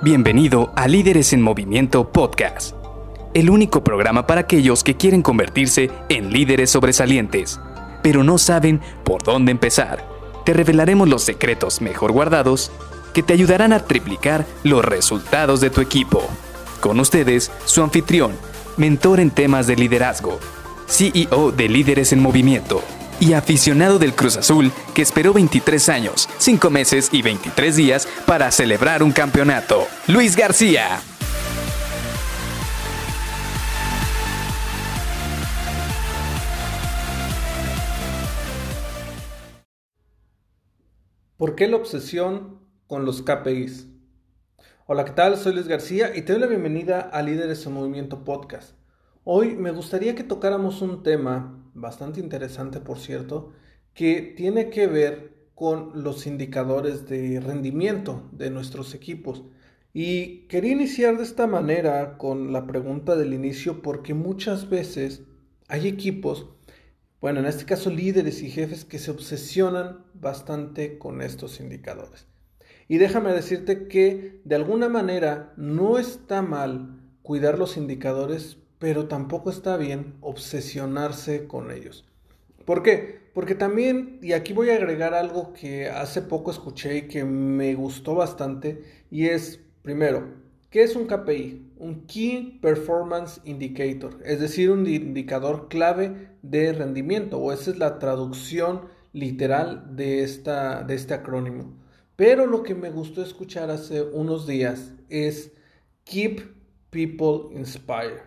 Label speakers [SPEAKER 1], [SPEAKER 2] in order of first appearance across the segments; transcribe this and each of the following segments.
[SPEAKER 1] Bienvenido a Líderes en Movimiento Podcast, el único programa para aquellos que quieren convertirse en líderes sobresalientes, pero no saben por dónde empezar. Te revelaremos los secretos mejor guardados que te ayudarán a triplicar los resultados de tu equipo. Con ustedes, su anfitrión, mentor en temas de liderazgo, CEO de Líderes en Movimiento y aficionado del Cruz Azul que esperó 23 años, 5 meses y 23 días para celebrar un campeonato, Luis García.
[SPEAKER 2] ¿Por qué la obsesión con los KPIs? Hola, ¿qué tal? Soy Luis García y te doy la bienvenida a Líderes en Movimiento Podcast. Hoy me gustaría que tocáramos un tema bastante interesante, por cierto, que tiene que ver con los indicadores de rendimiento de nuestros equipos. Y quería iniciar de esta manera con la pregunta del inicio porque muchas veces hay equipos, en este caso líderes y jefes, que se obsesionan bastante con estos indicadores. Y déjame decirte que de alguna manera no está mal cuidar los indicadores, pero tampoco está bien obsesionarse con ellos. ¿Por qué? Porque también, y aquí voy a agregar algo que hace poco escuché y que me gustó bastante, y es, primero, ¿qué es un KPI? Un Key Performance Indicator, es decir, un indicador clave de rendimiento, o esa es la traducción literal de este acrónimo. Pero lo que me gustó escuchar hace unos días es Keep People Inspired.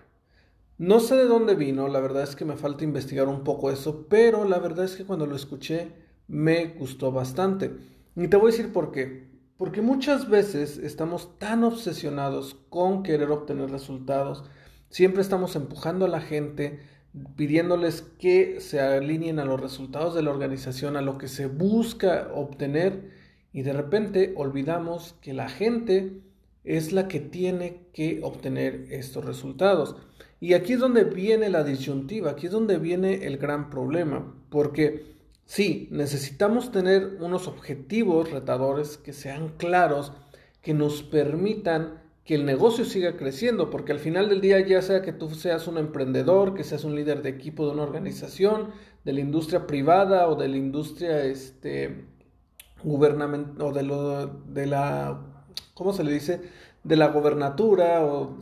[SPEAKER 2] No sé de dónde vino, la verdad es que me falta investigar un poco eso, pero la verdad es que cuando lo escuché me gustó bastante. Y te voy a decir por qué. Porque muchas veces estamos tan obsesionados con querer obtener resultados, siempre estamos empujando a la gente, pidiéndoles que se alineen a los resultados de la organización, a lo que se busca obtener, y de repente olvidamos que la gente es la que tiene que obtener estos resultados. Y aquí es donde viene la disyuntiva, aquí es donde viene el gran problema, porque sí, necesitamos tener unos objetivos retadores que sean claros, que nos permitan que el negocio siga creciendo, porque al final del día, ya sea que tú seas un emprendedor, que seas un líder de equipo de una organización, de la industria privada o de la industria gubernamental, o de la, ¿cómo se le dice?, de la gobernatura o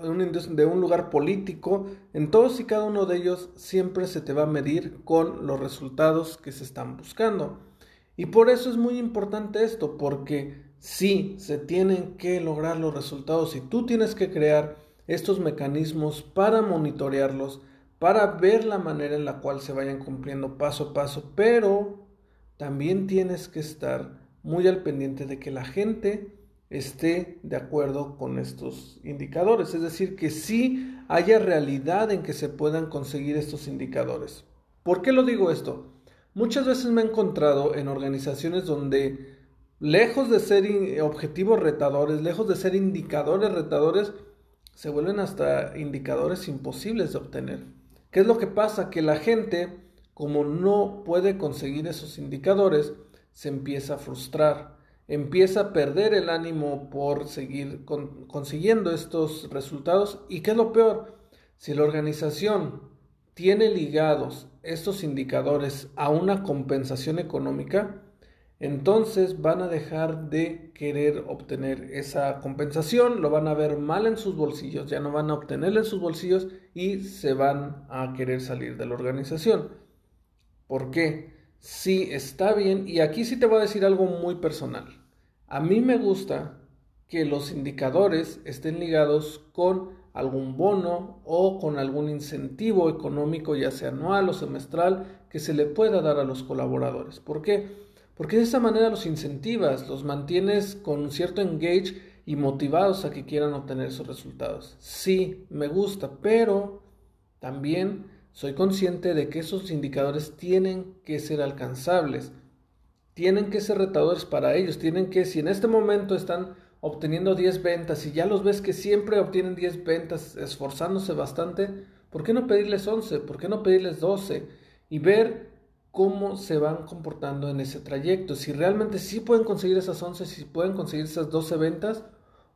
[SPEAKER 2] de un lugar político, en todos y cada uno de ellos siempre se te va a medir con los resultados que se están buscando. Y por eso es muy importante esto, porque sí, se tienen que lograr los resultados y tú tienes que crear estos mecanismos para monitorearlos, para ver la manera en la cual se vayan cumpliendo paso a paso, pero también tienes que estar muy al pendiente de que la gente esté de acuerdo con estos indicadores, es decir, que sí haya realidad en que se puedan conseguir estos indicadores. ¿Por qué lo digo esto? Muchas veces me he encontrado en organizaciones donde, lejos de ser objetivos retadores, lejos de ser indicadores retadores, se vuelven hasta indicadores imposibles de obtener. ¿Qué es lo que pasa? Que la gente, como no puede conseguir esos indicadores, se empieza a frustrar. Empieza a perder el ánimo por seguir consiguiendo estos resultados. ¿Y qué es lo peor? Si la organización tiene ligados estos indicadores a una compensación económica, entonces van a dejar de querer obtener esa compensación, lo van a ver mal en sus bolsillos, ya no van a obtenerla en sus bolsillos y se van a querer salir de la organización. ¿Por qué? Sí, está bien, y aquí sí te voy a decir algo muy personal. A mí me gusta que los indicadores estén ligados con algún bono o con algún incentivo económico, ya sea anual o semestral, que se le pueda dar a los colaboradores. ¿Por qué? Porque de esa manera los incentivas, los mantienes con cierto engage y motivados a que quieran obtener esos resultados. Sí, me gusta, pero también soy consciente de que esos indicadores tienen que ser alcanzables. Tienen que ser retadores para ellos, tienen que, si en este momento están obteniendo 10 ventas y ya los ves que siempre obtienen 10 ventas esforzándose bastante, ¿por qué no pedirles 11? ¿Por qué no pedirles 12? Y ver cómo se van comportando en ese trayecto, si realmente sí pueden conseguir esas 11, si pueden conseguir esas 12 ventas,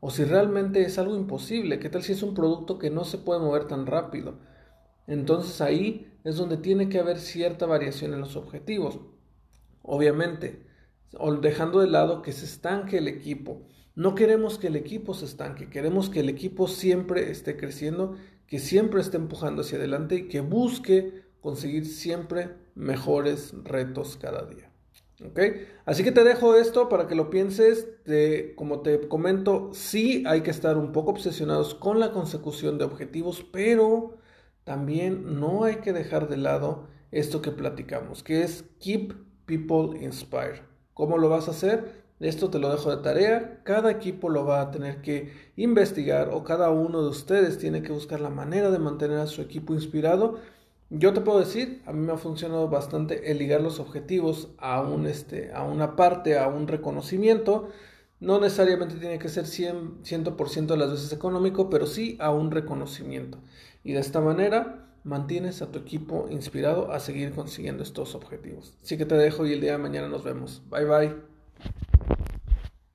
[SPEAKER 2] o si realmente es algo imposible. ¿Qué tal si es un producto que no se puede mover tan rápido? Entonces ahí es donde tiene que haber cierta variación en los objetivos. Obviamente, dejando de lado que se estanque el equipo. No queremos que el equipo se estanque, queremos que el equipo siempre esté creciendo, que siempre esté empujando hacia adelante y que busque conseguir siempre mejores retos cada día. ¿Ok? Así que te dejo esto para que lo pienses. Como te comento, sí hay que estar un poco obsesionados con la consecución de objetivos, pero también no hay que dejar de lado esto que platicamos, que es Keep People Inspired. ¿Cómo lo vas a hacer? Esto te lo dejo de tarea. Cada equipo lo va a tener que investigar, o cada uno de ustedes tiene que buscar la manera de mantener a su equipo inspirado. Yo te puedo decir, a mí me ha funcionado bastante el ligar los objetivos a una parte, a un reconocimiento. No necesariamente tiene que ser 100% de las veces económico, pero sí a un reconocimiento. Y de esta manera mantienes a tu equipo inspirado a seguir consiguiendo estos objetivos. Así que te dejo y el día de mañana nos vemos. Bye bye.